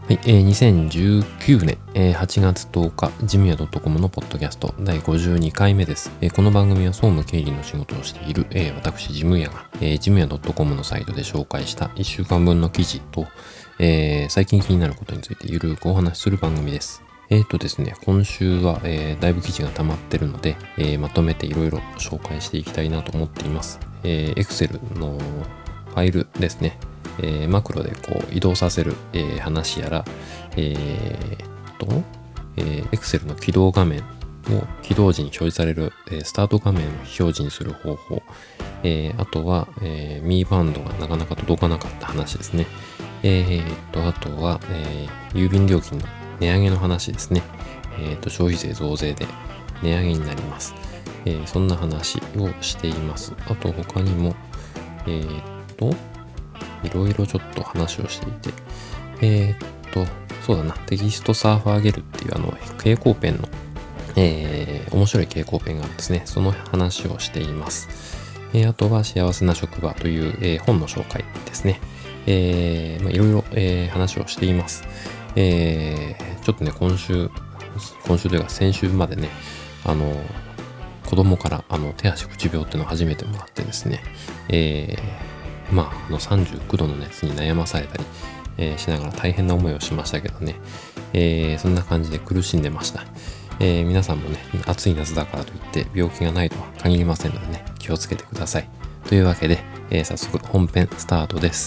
はい、2019年、8月10日、ジムヤ .com のポッドキャスト第52回目です。この番組は総務経理の仕事をしている、私、ジムヤが、ジムヤ .com のサイトで紹介した1週間分の記事と、最近気になることについてゆるくお話しする番組です。ですね、今週は、だいぶ記事が溜まってるので、まとめていろいろ紹介していきたいなと思っています。Excel のファイルですね。マクロでこう移動させる、話やら、Excel の起動画面を起動時に表示される、スタート画面を表示にする方法、あとは、ミーバンドがなかなか届かなかった話ですね。あとは、郵便料金の値上げの話ですね。消費税増税で値上げになります。そんな話をしています。あと他にも、いろいろちょっと話をしていて、そうだな、テキストサーファーゲルっていう蛍光ペンの、面白い蛍光ペンがあるんですね。その話をしています。あとは幸せな職場という、本の紹介ですね。いろいろ、話をしています。ちょっとね、今週というか先週までね、子供から手足口病っていうのを初めてもらってですね、39度の熱に悩まされたり、しながら大変な思いをしましたけどね、そんな感じで苦しんでました。皆さんもね、暑い夏だからといって病気がないとは限りませんのでね、気をつけてください。というわけで、早速本編スタートです。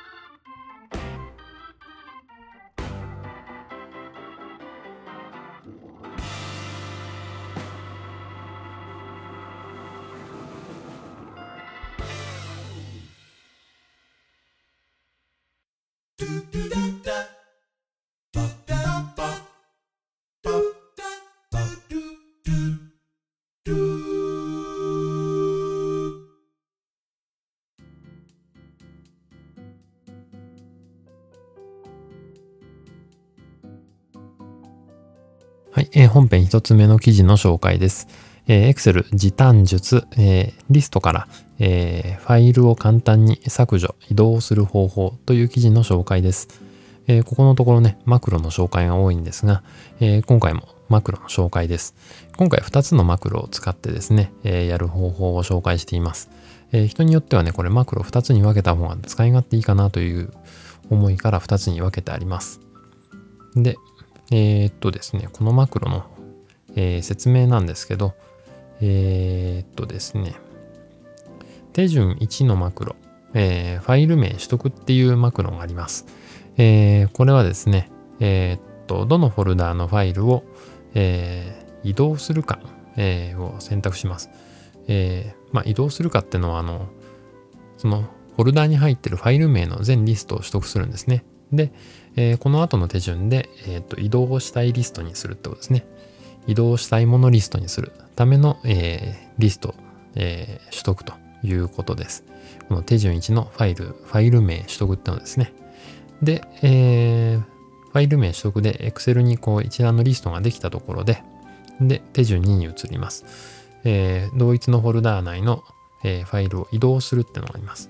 はい、本編一つ目の記事の紹介です。Excel 時短術、リストから、ファイルを簡単に削除、移動する方法という記事の紹介です。ここのところね、マクロの紹介が多いんですが、今回もマクロの紹介です。今回2つのマクロを使ってですね、やる方法を紹介しています。人によってはね、これマクロ2つに分けた方が使い勝手いいかなという思いから2つに分けてあります。で、ですね、このマクロの、説明なんですけど、ですね、手順1のマクロ、ファイル名取得っていうマクロがあります。これはですね、どのフォルダーのファイルを、移動するか、を選択します。移動するかっていうのは、そのフォルダーに入っているファイル名の全リストを取得するんですね。で、この後の手順で、移動したいリストにするってことですね。移動したいものリストにするための、リスト、取得ということです。この手順1のファイル名取得ってのですね。で、ファイル名取得で Excel にこう一覧のリストができたところで、手順2に移ります。同一のフォルダー内の、ファイルを移動するってのがあります。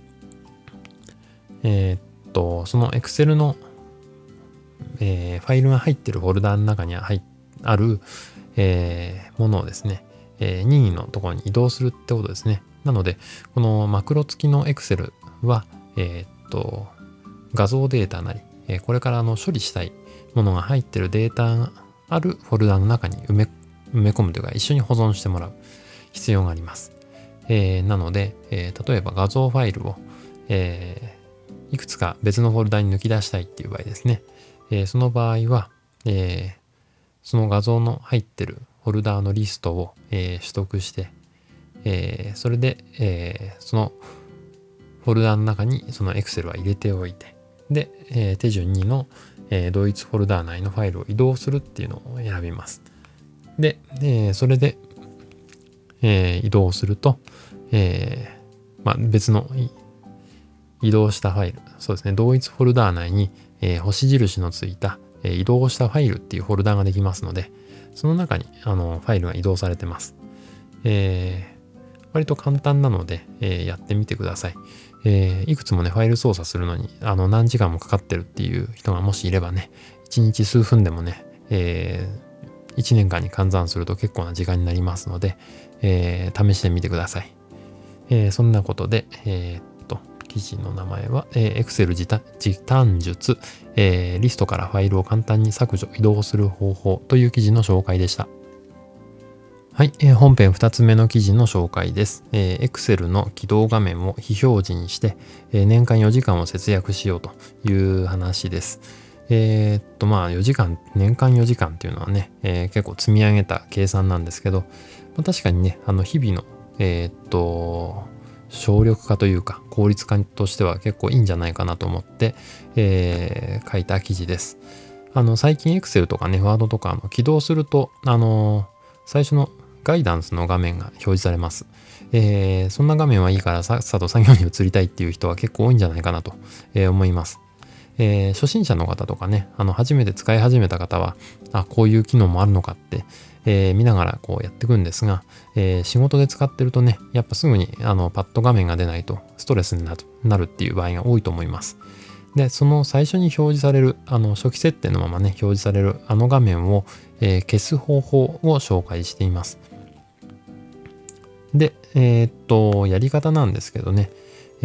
その Excel の、ファイルが入っているフォルダの中にある、ものをですね、任意のところに移動するってことですね。なので、このマクロ付きの Excel は、画像データなり、これから処理したいものが入っているデータがあるフォルダの中に埋め込むというか、一緒に保存してもらう必要があります。なので、例えば画像ファイルを、いくつか別のフォルダに抜き出したいっていう場合ですね。その場合は、その画像の入ってるフォルダーのリストを、取得して、それで、そのフォルダーの中にその Excel は入れておいて、で、手順2の、同一フォルダー内のファイルを移動するっていうのを選びます。で、それで、移動すると、別の移動したファイル、そうですね、同一フォルダー内に、星印のついた、移動したファイルっていうフォルダができますので、その中にファイルが移動されてます。割と簡単なので、やってみてください。 いくつもね、ファイル操作するのに、何時間もかかってるっていう人がもしいればね、1日数分でもね、1年間に換算すると結構な時間になりますので、試してみてください。そんなことで、記事の名前は、Excel 時短術、リストからファイルを簡単に削除、移動する方法という記事の紹介でした。はい、本編2つ目の記事の紹介です。Excel の起動画面を非表示にして、年間4時間を節約しようという話です。4時間、年間4時間っていうのはね、結構積み上げた計算なんですけど、確かにね、日々の、省力化というか効率化としては結構いいんじゃないかなと思って、書いた記事です。最近 Excel とかね、Word とか起動すると、最初のガイダンスの画面が表示されます。そんな画面はいいからさっさと作業に移りたいっていう人は結構多いんじゃないかなと、思います。初心者の方とかね、初めて使い始めた方は、こういう機能もあるのかって、見ながらこうやっていくんですが、仕事で使ってるとね、やっぱすぐにパッと画面が出ないとストレスになるっていう場合が多いと思います。で、その最初に表示される、初期設定のままね、表示される画面を、消す方法を紹介しています。で、やり方なんですけどね、フ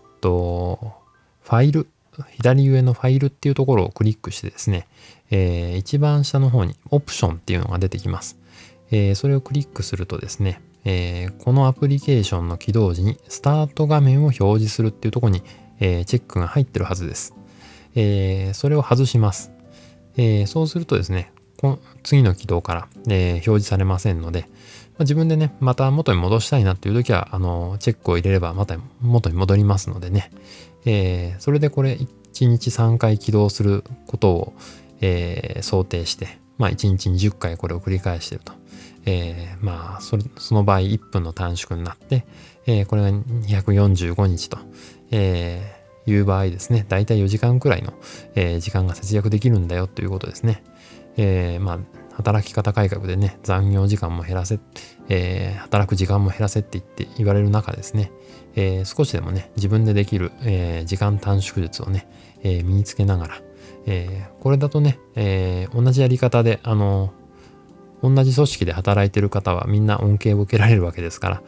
ァイル、左上のファイルっていうところをクリックしてですね、一番下の方にオプションっていうのが出てきます。それをクリックするとですね、このアプリケーションの起動時にスタート画面を表示するっていうところに、チェックが入ってるはずです。それを外します。そうするとですね、この次の起動から、表示されませんので、自分でね、また元に戻したいなっていう時は、チェックを入れればまた元に戻りますのでね、それでこれ1日3回起動することを、想定して、1日に10回これを繰り返していると。その場合1分の短縮になって、これが245日と、いう場合ですね、だいたい4時間くらいの、時間が節約できるんだよということですね。働き方改革でね、残業時間も減らせ、働く時間も減らせって言われる中ですね、少しでもね、自分でできる、時間短縮術をね、身につけながら、これだとね、同じやり方で、同じ組織で働いてる方はみんな恩恵を受けられるわけですから、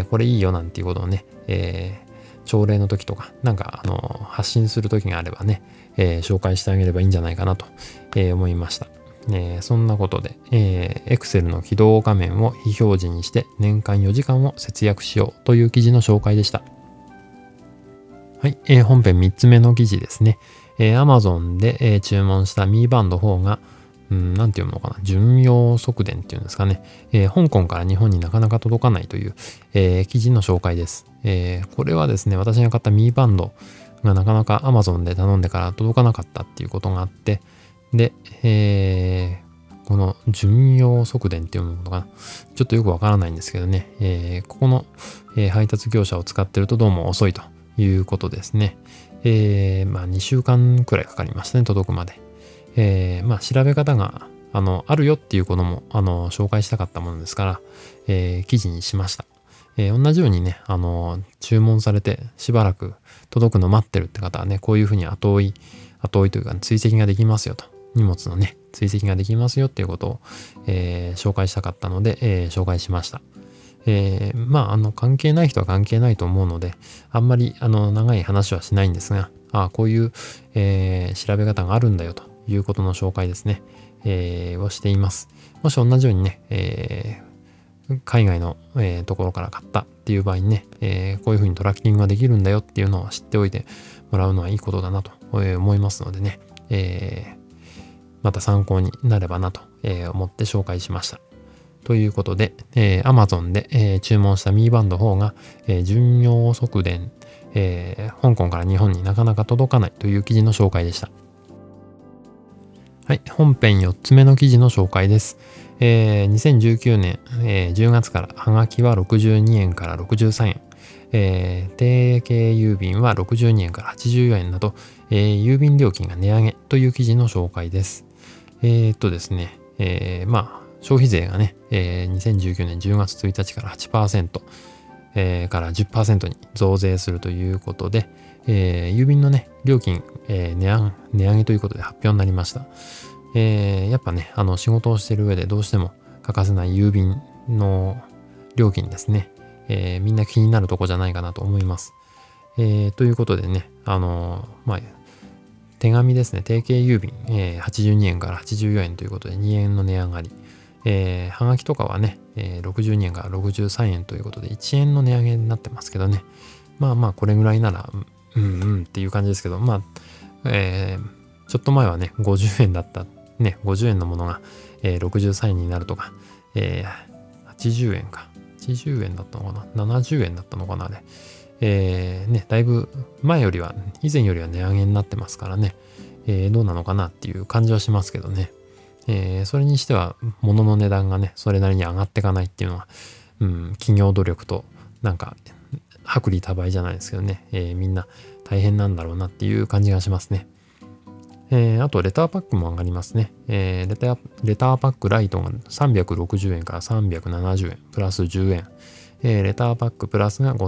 これいいよなんていうことをね、朝礼の時とか、発信する時があればね、紹介してあげればいいんじゃないかなと、思いました。そんなことで、Excel の起動画面を非表示にして年間4時間を節約しようという記事の紹介でした。はい、本編3つ目の記事ですね。Amazon で、注文したミーバンド4が、なんていうのかな、巡洋速電っていうんですかね、香港から日本になかなか届かないという、記事の紹介です。これはですね、私が買ったミーバンドがなかなか Amazon で頼んでから届かなかったっていうことがあって、で、この巡洋速電っていうのかな、ちょっとよくわからないんですけどね、ここの、配達業者を使ってるとどうも遅いということですね。2週間くらいかかりましたね、届くまで。調べ方があるよっていうことも紹介したかったものですから、記事にしました。同じようにね、注文されてしばらく届くの待ってるって方はね、こういうふうに後追いというか追跡ができますよと。荷物のね、追跡ができますよっていうことを、紹介したかったので、紹介しました。関係ない人は関係ないと思うので、あんまり長い話はしないんですが、こういう、調べ方があるんだよということの紹介ですね、をしています。もし同じようにね、海外の、ところから買ったっていう場合にね、こういうふうにトラッキングができるんだよっていうのを知っておいてもらうのはいいことだなと思いますのでね、また参考になればなと思って紹介しました。ということで、Amazon で、注文したミーバンド4が、巡洋速電、香港から日本になかなか届かないという記事の紹介でした。はい、本編4つ目の記事の紹介です。2019年、10月からはがきは62円から63円、定型郵便は62円から84円など、郵便料金が値上げという記事の紹介です。ですね、消費税がね、2019年10月1日から 8%、 から 10% に増税するということで、郵便のね、料金、値上げということで発表になりました。やっぱね、仕事をしている上でどうしても欠かせない郵便の料金ですね。みんな気になるとこじゃないかなと思います。ということでね、手紙ですね、定型郵便、82円から84円ということで2円の値上がり。はがきとかはね、62円から63円ということで1円の値上げになってますけどね。これぐらいなら、っていう感じですけど、ちょっと前はね、50円だった、ね、50円のものが、63円になるとか、80円か。80円だったのかな ?70 円だったのかなあれ。だいぶ以前よりは値上げになってますからね、どうなのかなっていう感じはしますけどね。それにしては物の値段がね、それなりに上がっていかないっていうのは、企業努力となんか薄利多売じゃないですけどね、みんな大変なんだろうなっていう感じがしますね。あとレターパックも上がりますね。レターパックライトが360円から370円プラス10円。レターパックプラスが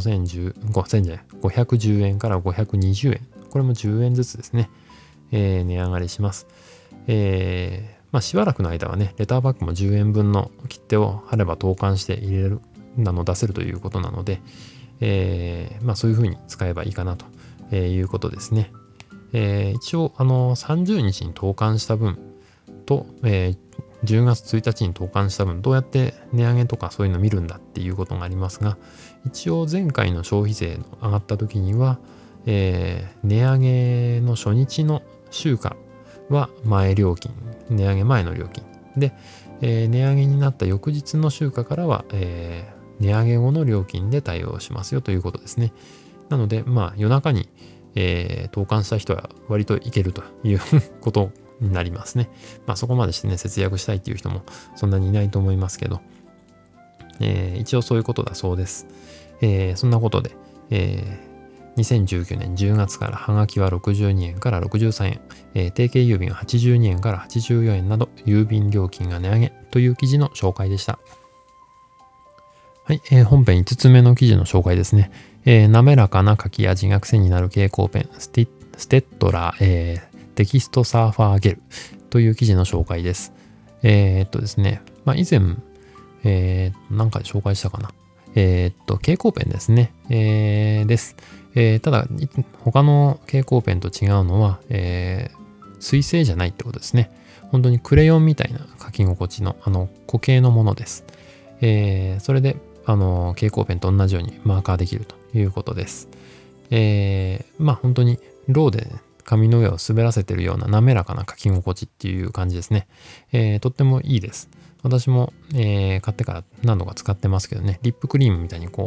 510円から520円。これも10円ずつですね。値上がりします。しばらくの間はね、レターパックも10円分の切手を貼れば投函して出せるということなので、そういうふうに使えばいいかなということですね。一応30日に投函した分と、10月1日に投函した分どうやって値上げとかそういうの見るんだっていうことがありますが、一応前回の消費税の上がった時には、値上げの初日の週価は値上げ前の料金で、値上げになった翌日の週価からは、値上げ後の料金で対応しますよということですね。なので夜中に投函した人は割といけるということになりますね。そこまでしてね、節約したいっていう人もそんなにいないと思いますけど、一応そういうことだそうです。そんなことで、2019年10月からはがきは62円から63円、定型郵便は82円から84円など郵便料金が値上げという記事の紹介でした。はい、本編5つ目の記事の紹介ですね。滑らかな書き味が癖になる蛍光ペンステッドラー、テキストサーファーゲルという記事の紹介です。ですね、以前、何回紹介したかな。蛍光ペンですね。です。ただ、他の蛍光ペンと違うのは、水性じゃないってことですね。本当にクレヨンみたいな書き心地の固形のものです。それで蛍光ペンと同じようにマーカーできるということです。本当にローで紙の上を滑らせてるような滑らかな書き心地っていう感じですね。とってもいいです。私も、買ってから何度か使ってますけどね、リップクリームみたいに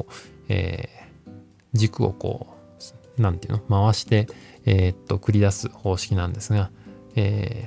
軸を回して、繰り出す方式なんですが、リ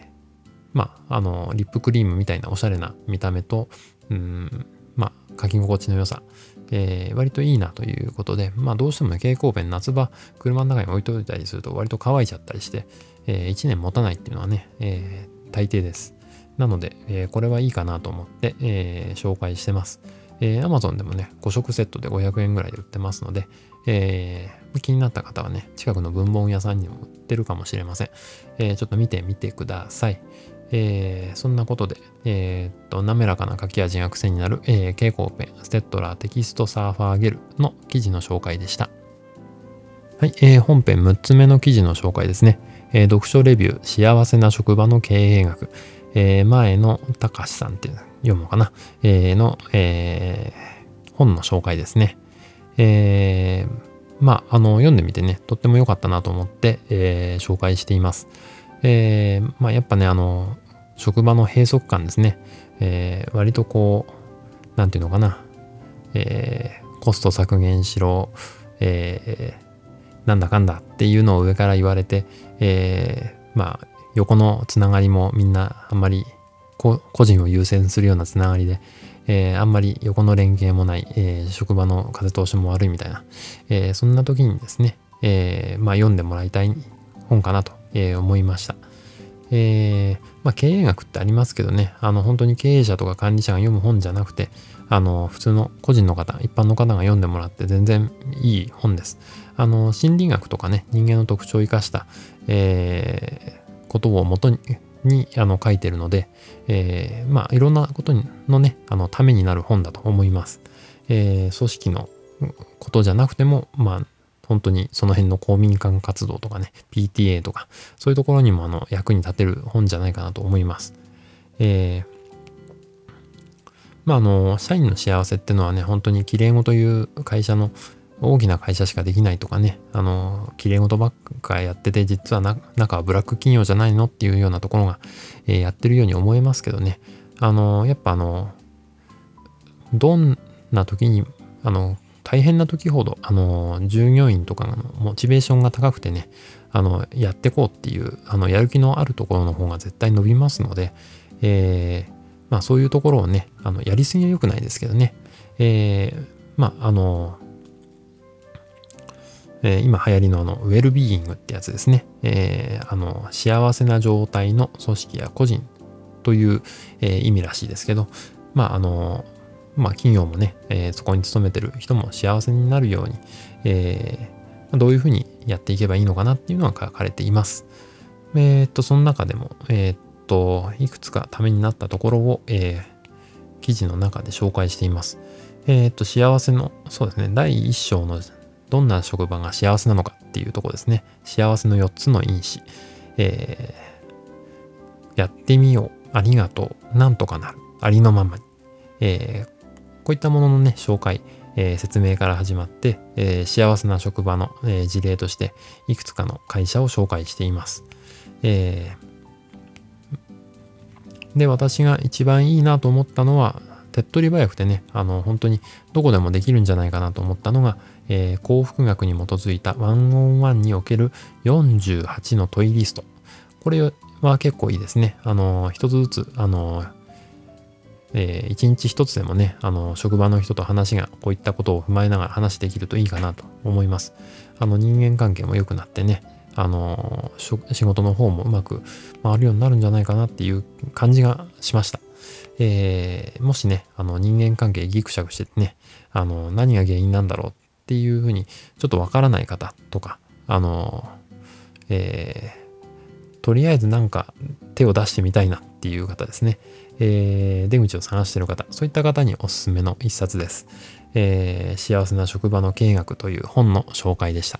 ップクリームみたいなおしゃれな見た目と、書き心地の良さ、割といいなということで、どうしてもね、蛍光ペン夏場車の中に置いといたりすると割と乾いちゃったりして、1年持たないっていうのはね、大抵です。なので、これはいいかなと思って、紹介してます。Amazon でもね、5色セットで500円ぐらいで売ってますので、気になった方はね、近くの文房具屋さんにも売ってるかもしれません。ちょっと見てみてください。そんなことで、滑らかな書き味が癖になる、蛍光ペンステッドラーテキストサーファーゲルの記事の紹介でした。はい、本編6つ目の記事の紹介ですね。読書レビュー幸せな職場の経営学、前野隆さんって読むのかな、の、本の紹介ですね。読んでみてね、とっても良かったなと思って、紹介しています。やっぱね、職場の閉塞感ですね。割となんていうのかな、コスト削減しろ、なんだかんだっていうのを上から言われて、横のつながりもみんなあんまり個人を優先するようなつながりで、あんまり横の連携もない、職場の風通しも悪いみたいな、そんな時にですね、読んでもらいたい本かなと、思いました。経営学ってありますけどね、本当に経営者とか管理者が読む本じゃなくて、 普通の個人の方、一般の方が読んでもらって全然いい本です。心理学とかね、人間の特徴を生かした、ことを元に書いてるので、いろんなことのね、ためになる本だと思います。組織のことじゃなくても、本当にその辺の公民館活動とかね、PTA とか、そういうところにも役に立てる本じゃないかなと思います。社員の幸せっていうのはね、本当に綺麗事という会社の大きな会社しかできないとかね、綺麗事ばっかやってて、実は中はブラック企業じゃないのっていうようなところが、やってるように思えますけどね、やっぱどんな時に、大変な時ほど、従業員とかのモチベーションが高くてね、やってこうっていう、やる気のあるところの方が絶対伸びますので、そういうところをね、やりすぎは良くないですけどね、今流行りのウェルビーイングってやつですね、幸せな状態の組織や個人という、意味らしいですけど、企業もね、そこに勤めてる人も幸せになるように、どういうふうにやっていけばいいのかなっていうのが書かれています。その中でも、いくつかためになったところを、記事の中で紹介しています。幸せの、そうですね、第1章のどんな職場が幸せなのかっていうところですね。幸せの4つの因子。やってみよう、ありがとう、なんとかなる、ありのままに。こういったもののね、紹介、説明から始まって、幸せな職場の、事例としていくつかの会社を紹介しています。で、私が一番いいなと思ったのは、手っ取り早くてね、本当にどこでもできるんじゃないかなと思ったのが、幸福学に基づいたワンオンワンにおける48の問いリスト。これは結構いいですね。一つずつ、一日一つでもね、職場の人と話がこういったことを踏まえながら話できるといいかなと思います。人間関係も良くなってね、仕事の方もうまく回るようになるんじゃないかなっていう感じがしました。もしね、人間関係ギクシャクしててね、何が原因なんだろうっていうふうにちょっとわからない方とか、とりあえずなんか手を出してみたいなっていう方ですね。出口を探している方、そういった方におすすめの一冊です。幸せな職場の経営学という本の紹介でした。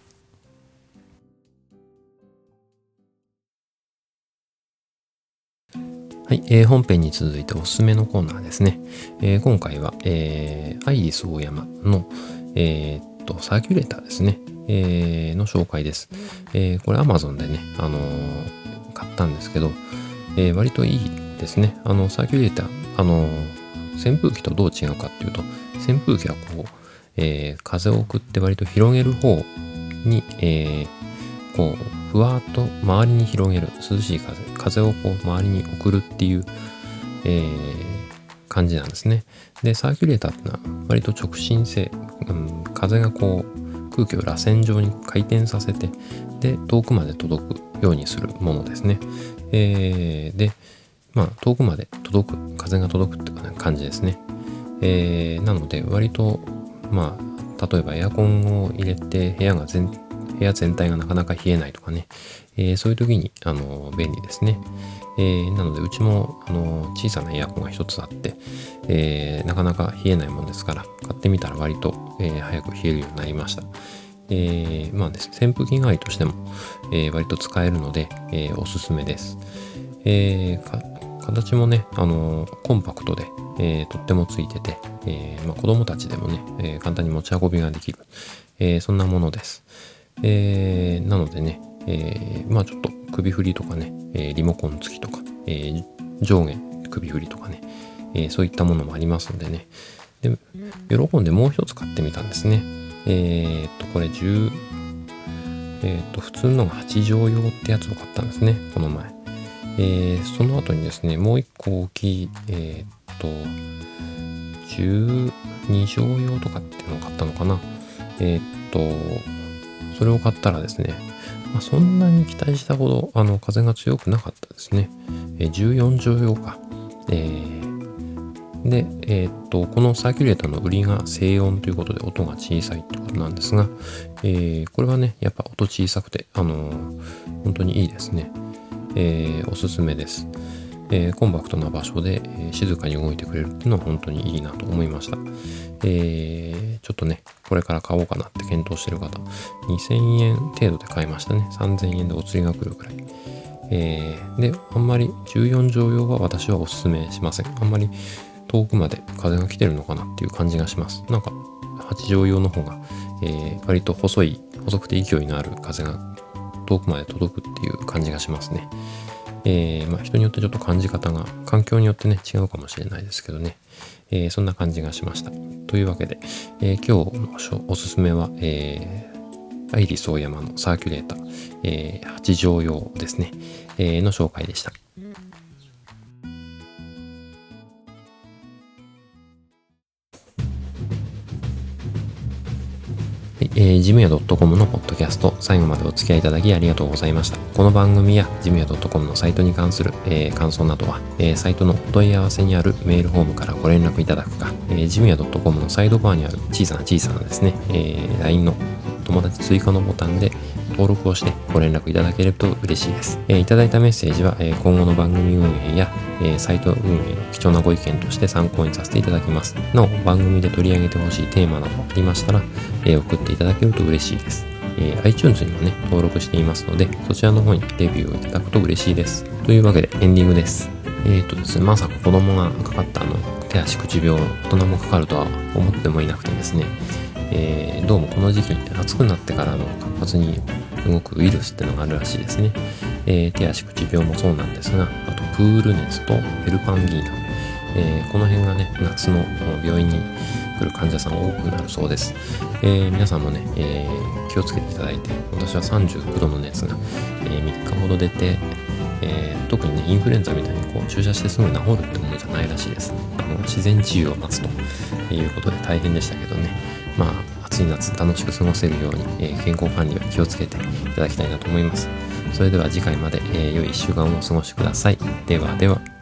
はい、本編に続いておすすめのコーナーですね。今回は、アイリスオーヤマの、サーキュレーターですね、の紹介です。これ Amazon でね、買ったんですけど、割といいですね。サーキュレーター、扇風機とどう違うかっていうと、扇風機はこう、風を送って割と広げる方に、こうふわっと周りに広げる涼しい風をこう周りに送るっていう、感じなんですね。でサーキュレーターってのは割と直進性、風がこう空気を螺旋状に回転させてで遠くまで届くようにするものですね。で遠くまで風が届くっていう感じですね。なので割と例えばエアコンを入れて部屋全体がなかなか冷えないとかね、そういう時に便利ですね。なのでうちも小さなエアコンが一つあって、なかなか冷えないもんですから買ってみたら割と、早く冷えるようになりました。扇風機代わりとしても、割と使えるので、おすすめです。形もね、コンパクトで、とってもついてて、子供たちでもね、簡単に持ち運びができる、そんなものです。なのでね、ちょっと首振りとかね、リモコン付きとか、上下首振りとかね、そういったものもありますのでね。で、喜んでもう一つ買ってみたんですね。これ普通のが8畳用ってやつを買ったんですね、この前。その後にですね、もう一個大きい、12畳用とかっていうのを買ったのかな。それを買ったらですね、そんなに期待したほど風が強くなかったですね。14畳用か。 で、このサーキュレーターの売りが静音ということで音が小さいってことなんですが、これはね、やっぱ音小さくて、本当にいいですね。おすすめです。コンパクトな場所で、静かに動いてくれるっていうのは本当にいいなと思いました。ちょっとね、これから買おうかなって検討してる方、2000円程度で買いましたね。3000円でお釣りが来るくらい。で、あんまり14畳用は私はおすすめしません。あんまり遠くまで風が来てるのかなっていう感じがします。なんか8畳用の方が、割と細くて勢いのある風が遠くまで届くっていう感じがしますね。人によってちょっと感じ方が環境によってね違うかもしれないですけどね、そんな感じがしました。というわけで、今日のおすすめは、アイリスオーヤマのサーキュレーター、8畳用ですね、の紹介でした。ジムヤ .com のポッドキャスト、最後までお付き合いいただきありがとうございました。この番組やジムヤ .com のサイトに関する、感想などは、サイトのお問い合わせにあるメールフォームからご連絡いただくか、ジムヤ .com のサイドバーにある小さなですね、LINE の友達追加のボタンで登録をしてご連絡いただけると嬉しいです。いただいたメッセージは、今後の番組運営や、サイト運営の貴重なご意見として参考にさせていただきます。なお、番組で取り上げてほしいテーマなどありましたら、送っていただけると嬉しいです。iTunes にもね、登録していますので、そちらの方にレビューをいただくと嬉しいです。というわけでエンディングです。ですね、まさか子供がかかった手足口病、大人もかかるとは思ってもいなくてですね、どうもこの時期暑くなってから活発に動くウイルスってのがあるらしいですね。手足口病もそうなんですが、あとプール熱とヘルパンギーナ、この辺がね夏の病院に来る患者さん多くなるそうです。皆さんもね、気をつけていただいて、私は39度の熱が、3日ほど出て、特にねインフルエンザみたいに注射してすぐ治るってものじゃないらしいです。自然治癒を待つということで大変でしたけどね、暑い夏楽しく過ごせるように、健康管理は気をつけていただきたいなと思います。それでは次回まで、良い1週間をお過ごしください。ではでは。